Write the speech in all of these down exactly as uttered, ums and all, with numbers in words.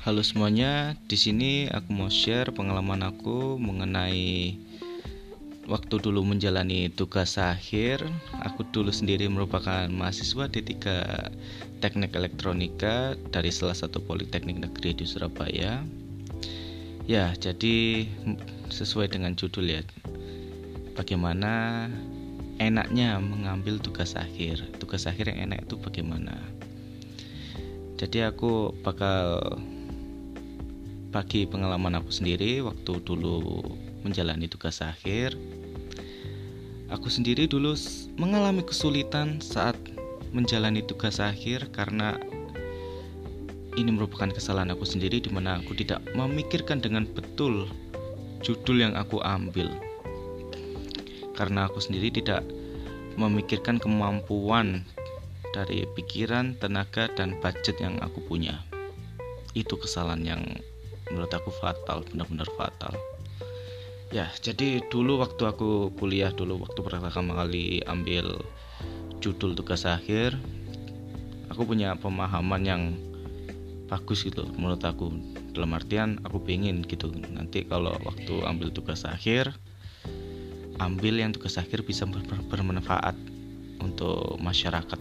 Halo semuanya, di sini aku mau share pengalaman aku mengenai waktu dulu menjalani tugas akhir. Aku dulu sendiri merupakan mahasiswa D tiga Teknik Elektronika dari salah satu politeknik negeri di Surabaya. Ya, jadi sesuai dengan judul ya, bagaimana enaknya mengambil tugas akhir. Tugas akhir yang enak itu bagaimana? Jadi aku bakal bagi pengalaman aku sendiri waktu dulu menjalani tugas akhir. Aku sendiri dulu mengalami kesulitan saat menjalani tugas akhir karena ini merupakan kesalahan aku sendiri, di mana aku tidak memikirkan dengan betul judul yang aku ambil. Karena aku sendiri tidak memikirkan kemampuan dari pikiran, tenaga, dan budget yang aku punya. Itu kesalahan yang menurut aku fatal, benar-benar fatal. Ya, jadi dulu waktu aku kuliah dulu, waktu pertama kali ambil judul tugas akhir, aku punya pemahaman yang bagus gitu menurut aku. Dalam artian aku pengen gitu, nanti kalau waktu ambil tugas akhir, ambil yang tugas akhir bisa ber- bermanfaat untuk masyarakat.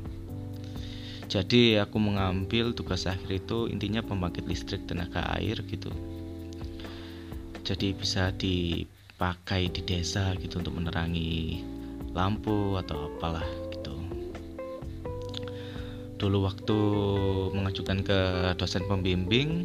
Jadi aku mengambil tugas akhir itu intinya pembangkit listrik tenaga air gitu. Jadi bisa dipakai di desa gitu untuk menerangi lampu atau apalah gitu. Dulu waktu mengajukan ke dosen pembimbing,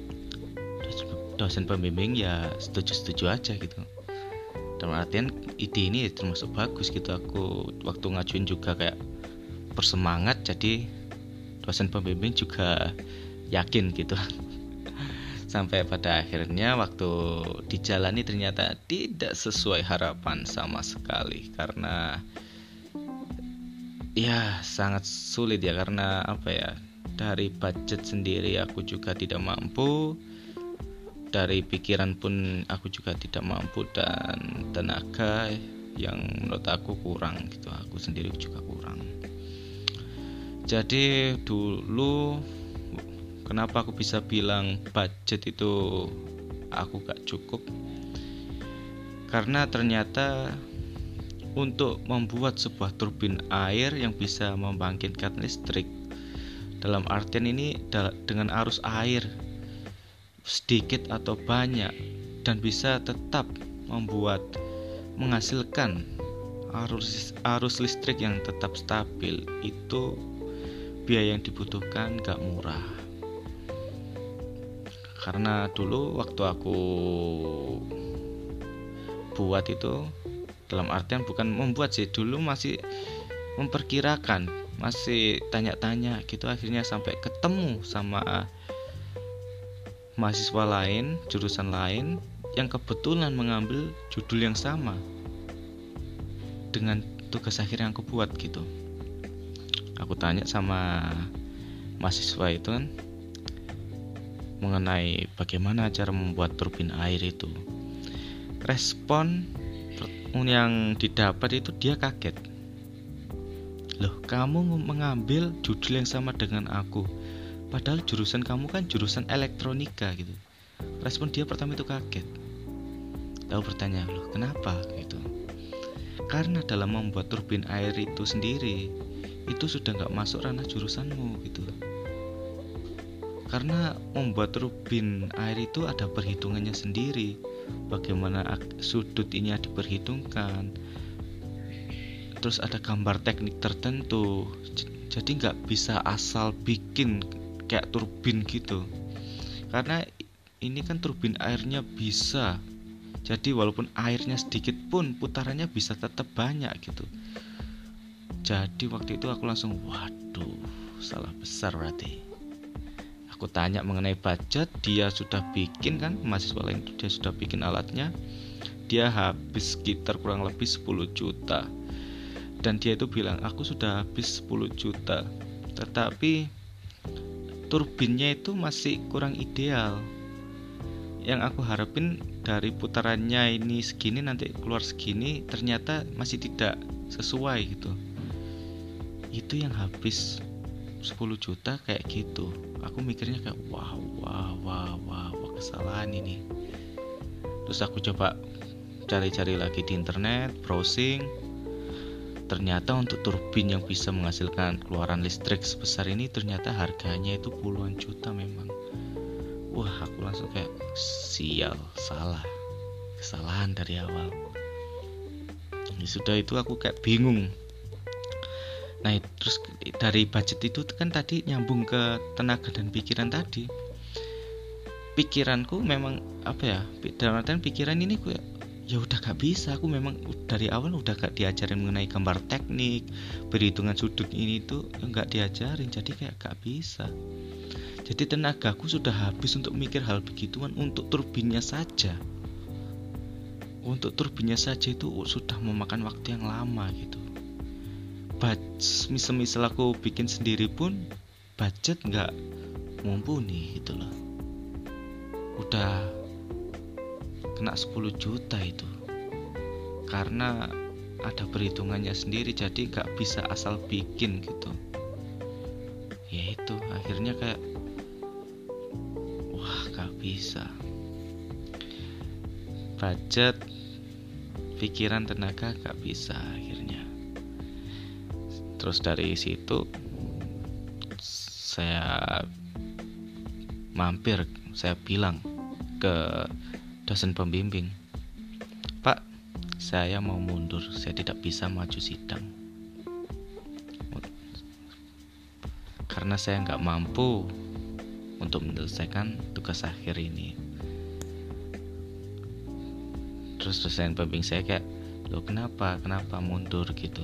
dosen pembimbing ya setuju-setuju aja gitu. Dalam artian ide ini termasuk bagus gitu. Aku waktu ngajuin juga kayak bersemangat, jadi dosen pembimbing juga yakin gitu. Sampai pada akhirnya waktu dijalani ternyata tidak sesuai harapan sama sekali. Karena ya sangat sulit ya, karena apa ya, dari budget sendiri aku juga tidak mampu, dari pikiran pun aku juga tidak mampu, dan tenaga yang menurut aku kurang gitu, aku sendiri juga kurang. Jadi dulu kenapa aku bisa bilang budget itu aku gak cukup, karena ternyata untuk membuat sebuah turbin air yang bisa membangkitkan listrik, dalam artian ini dengan arus air sedikit atau banyak, dan bisa tetap membuat menghasilkan arus arus listrik yang tetap stabil, itu biaya yang dibutuhkan gak murah. Karena dulu waktu aku buat itu, dalam artian bukan membuat sih, dulu masih memperkirakan, masih tanya-tanya gitu. Akhirnya sampai ketemu sama mahasiswa lain, jurusan lain yang kebetulan mengambil judul yang sama dengan tugas akhir yang aku buat gitu. Aku tanya sama mahasiswa itu kan mengenai bagaimana cara membuat turbin air itu. Respon yang didapat itu dia kaget. Loh, kamu mengambil judul yang sama dengan aku, padahal jurusan kamu kan jurusan elektronika gitu. Respon dia pertama itu kaget. Lalu bertanya, loh kenapa gitu. Karena dalam membuat turbin air itu sendiri, itu sudah gak masuk ranah jurusanmu gitu. Karena membuat turbin air itu ada perhitungannya sendiri, bagaimana sudut ini diperhitungkan, terus ada gambar teknik tertentu. Jadi gak bisa asal bikin kayak turbin gitu, karena ini kan turbin airnya bisa, jadi walaupun airnya sedikit pun putarannya bisa tetap banyak gitu. Jadi waktu itu aku langsung, waduh, salah besar berarti. Aku tanya mengenai budget, dia sudah bikin kan, mahasiswa lain itu dia sudah bikin alatnya, dia habis sekitar kurang lebih sepuluh juta. Dan dia itu bilang, aku sudah habis sepuluh juta, tetapi turbinnya itu masih kurang ideal. Yang aku harapin dari putarannya ini segini, nanti keluar segini, ternyata masih tidak sesuai gitu. Itu yang habis sepuluh juta kayak gitu. Aku mikirnya kayak wah wah wah wah, wah kesalahan ini. Terus aku coba cari-cari lagi di internet, browsing. Ternyata untuk turbin yang bisa menghasilkan keluaran listrik sebesar ini ternyata harganya itu puluhan juta memang. Wah, aku langsung kayak sial, salah. Kesalahan dari awal. Ya, sudah itu aku kayak bingung. Nah, terus dari budget itu kan tadi nyambung ke tenaga dan pikiran tadi. Pikiranku memang apa ya? Dalam artian pikiran ini gue ya udah gak bisa. Aku memang dari awal udah gak diajarin mengenai gambar teknik, perhitungan sudut ini tuh gak diajarin. Jadi kayak gak bisa. Jadi tenagaku sudah habis untuk mikir hal begituan. Untuk turbinnya saja Untuk turbinnya saja itu sudah memakan waktu yang lama gitu. Misal-misal aku bikin sendiri pun budget gak mumpuni gitu loh. Udah kena sepuluh juta itu. Karena ada perhitungannya sendiri, jadi gak bisa asal bikin gitu. Ya itu akhirnya kayak wah gak bisa. Budget, pikiran, tenaga gak bisa akhirnya. Terus dari situ saya mampir, saya bilang ke dosen pembimbing, Pak, saya mau mundur, saya tidak bisa maju sidang karena saya nggak mampu untuk menyelesaikan tugas akhir ini. Terus dosen pembimbing saya kayak, loh kenapa, kenapa mundur gitu.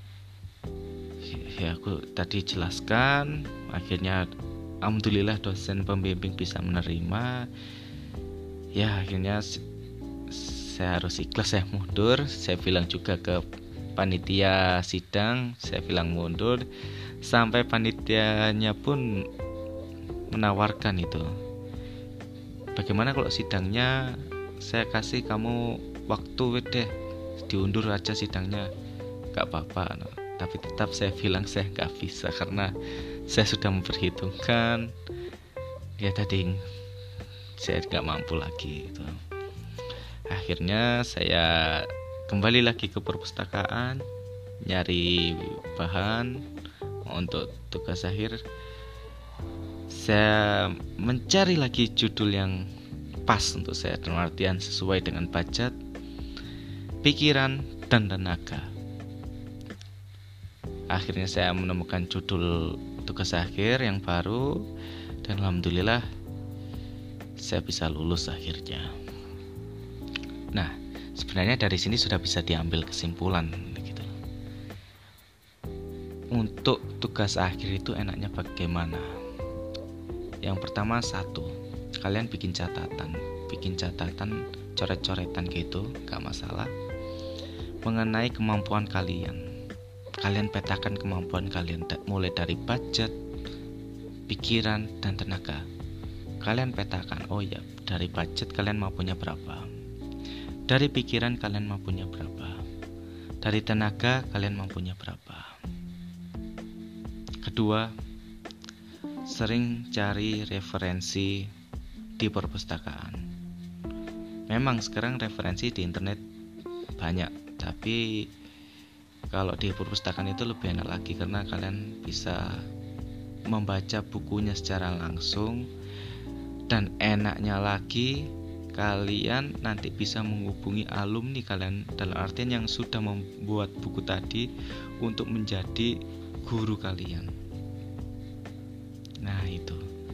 Ya aku tadi jelaskan, akhirnya alhamdulillah dosen pembimbing bisa menerima. Ya akhirnya saya harus ikhlas, saya mundur. Saya bilang juga ke panitia sidang, saya bilang mundur. Sampai panitianya pun menawarkan itu, bagaimana kalau sidangnya saya kasih kamu waktu deh, diundur aja sidangnya, gak apa-apa no. Tapi tetap saya bilang saya gak bisa karena saya sudah memperhitungkan ya tadi saya gak mampu lagi gitu. Akhirnya saya kembali lagi ke perpustakaan, nyari bahan untuk tugas akhir. Saya mencari lagi judul yang pas untuk saya, dalam artian sesuai dengan budget, pikiran, dan tenaga. Akhirnya saya menemukan judul tugas akhir yang baru, dan alhamdulillah saya bisa lulus akhirnya. Nah, sebenarnya dari sini sudah bisa diambil kesimpulan gitu. Untuk tugas akhir itu enaknya bagaimana? Yang pertama, satu, kalian bikin catatan, bikin catatan coret-coretan gitu, gak masalah, mengenai kemampuan kalian. Kalian petakan kemampuan kalian mulai dari budget, pikiran, dan tenaga. Kalian petakan, oh ya, dari budget kalian mampunya berapa, dari pikiran kalian mampunya berapa, dari tenaga kalian mampunya berapa. Kedua, sering cari referensi di perpustakaan. Memang sekarang referensi di internet banyak, tapi kalau di perpustakaan itu lebih enak lagi karena kalian bisa membaca bukunya secara langsung, dan enaknya lagi kalian nanti bisa menghubungi alumni kalian, dalam artian yang sudah membuat buku tadi, untuk menjadi guru kalian. Nah itu,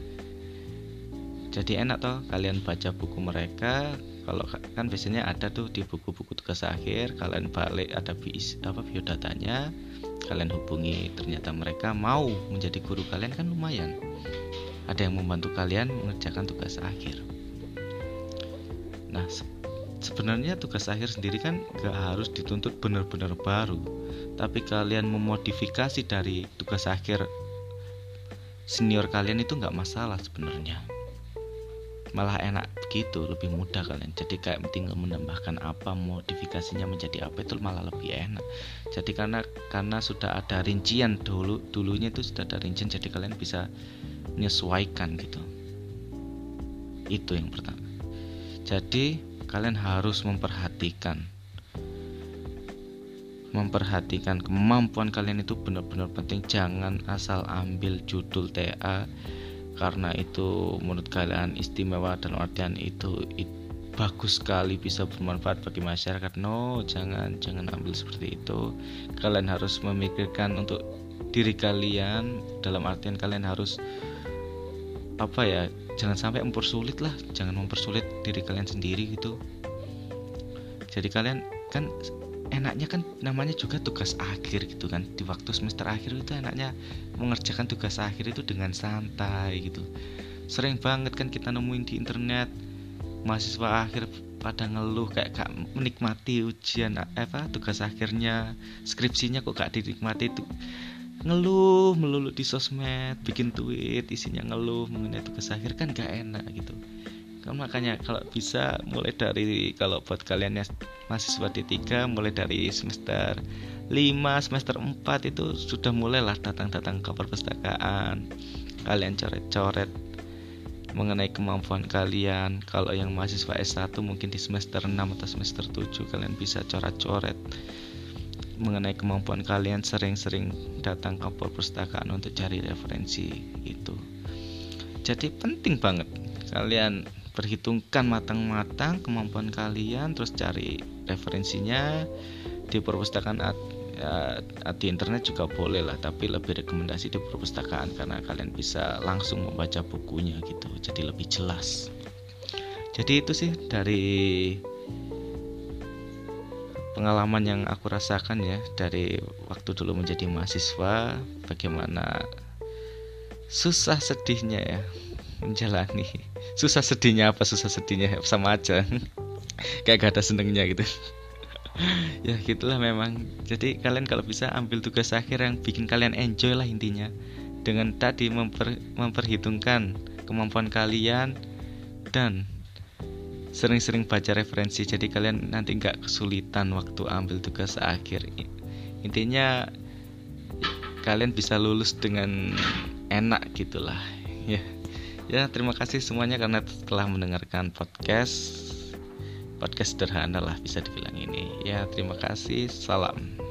jadi enak toh kalian baca buku mereka. Kalau kan biasanya ada tuh di buku-buku tugas akhir, kalian balik ada bis, apa biodatanya, kalian hubungi, ternyata mereka mau menjadi guru kalian, kan lumayan. Ada yang membantu kalian mengerjakan tugas akhir. Nah, se- sebenarnya tugas akhir sendiri kan gak harus dituntut benar-benar baru, tapi kalian memodifikasi dari tugas akhir senior kalian itu gak masalah sebenarnya. malah enak gitu, lebih mudah kalian. Jadi kayak tinggal menambahkan apa, modifikasinya menjadi apa, itu malah lebih enak. Jadi karena karena sudah ada rincian dulu dulunya itu sudah ada rincian, jadi kalian bisa menyesuaikan gitu. Itu yang pertama. Jadi kalian harus memperhatikan memperhatikan kemampuan kalian, itu benar-benar penting. Jangan asal ambil judul T A karena itu menurut kalian istimewa dan artian itu, itu bagus sekali, bisa bermanfaat bagi masyarakat. No, jangan jangan ambil seperti itu. Kalian harus memikirkan untuk diri kalian, dalam artian kalian harus apa ya, jangan sampai mempersulit lah, jangan mempersulit diri kalian sendiri gitu. Jadi kalian kan enaknya kan namanya juga tugas akhir gitu kan, di waktu semester akhir itu enaknya mengerjakan tugas akhir itu dengan santai gitu. Sering banget kan kita nemuin di internet mahasiswa akhir pada ngeluh kayak gak menikmati ujian apa tugas akhirnya, skripsinya kok gak dinikmati, itu ngeluh melulu di sosmed, bikin tweet isinya ngeluh mengenai tugas akhir, kan gak enak gitu kan. Makanya kalau bisa mulai dari, kalau buat kalian yang mahasiswa D tiga, mulai dari semester lima, semester empat itu sudah mulailah datang-datang ke perpustakaan, kalian coret-coret mengenai kemampuan kalian. Kalau yang mahasiswa S satu mungkin di semester enam atau semester tujuh kalian bisa coret-coret mengenai kemampuan kalian, sering-sering datang ke perpustakaan untuk cari referensi itu. Jadi penting banget kalian perhitungkan matang-matang kemampuan kalian, terus cari referensinya di perpustakaan. Ya, di internet juga boleh lah, tapi lebih rekomendasi di perpustakaan karena kalian bisa langsung membaca bukunya gitu, jadi lebih jelas. Jadi itu sih dari pengalaman yang aku rasakan ya, dari waktu dulu menjadi mahasiswa, bagaimana susah sedihnya ya menjalani. Susah sedihnya apa susah sedihnya sama aja kayak gak ada senengnya gitu. Ya gitulah memang. Jadi kalian kalau bisa ambil tugas akhir yang bikin kalian enjoy lah intinya, dengan tadi memper, memperhitungkan kemampuan kalian dan sering-sering baca referensi, jadi kalian nanti gak kesulitan waktu ambil tugas akhir. Intinya kalian bisa lulus dengan enak gitulah ya. Ya, terima kasih semuanya karena telah mendengarkan podcast podcast sederhana lah bisa dibilang ini. Ya, terima kasih. Salam.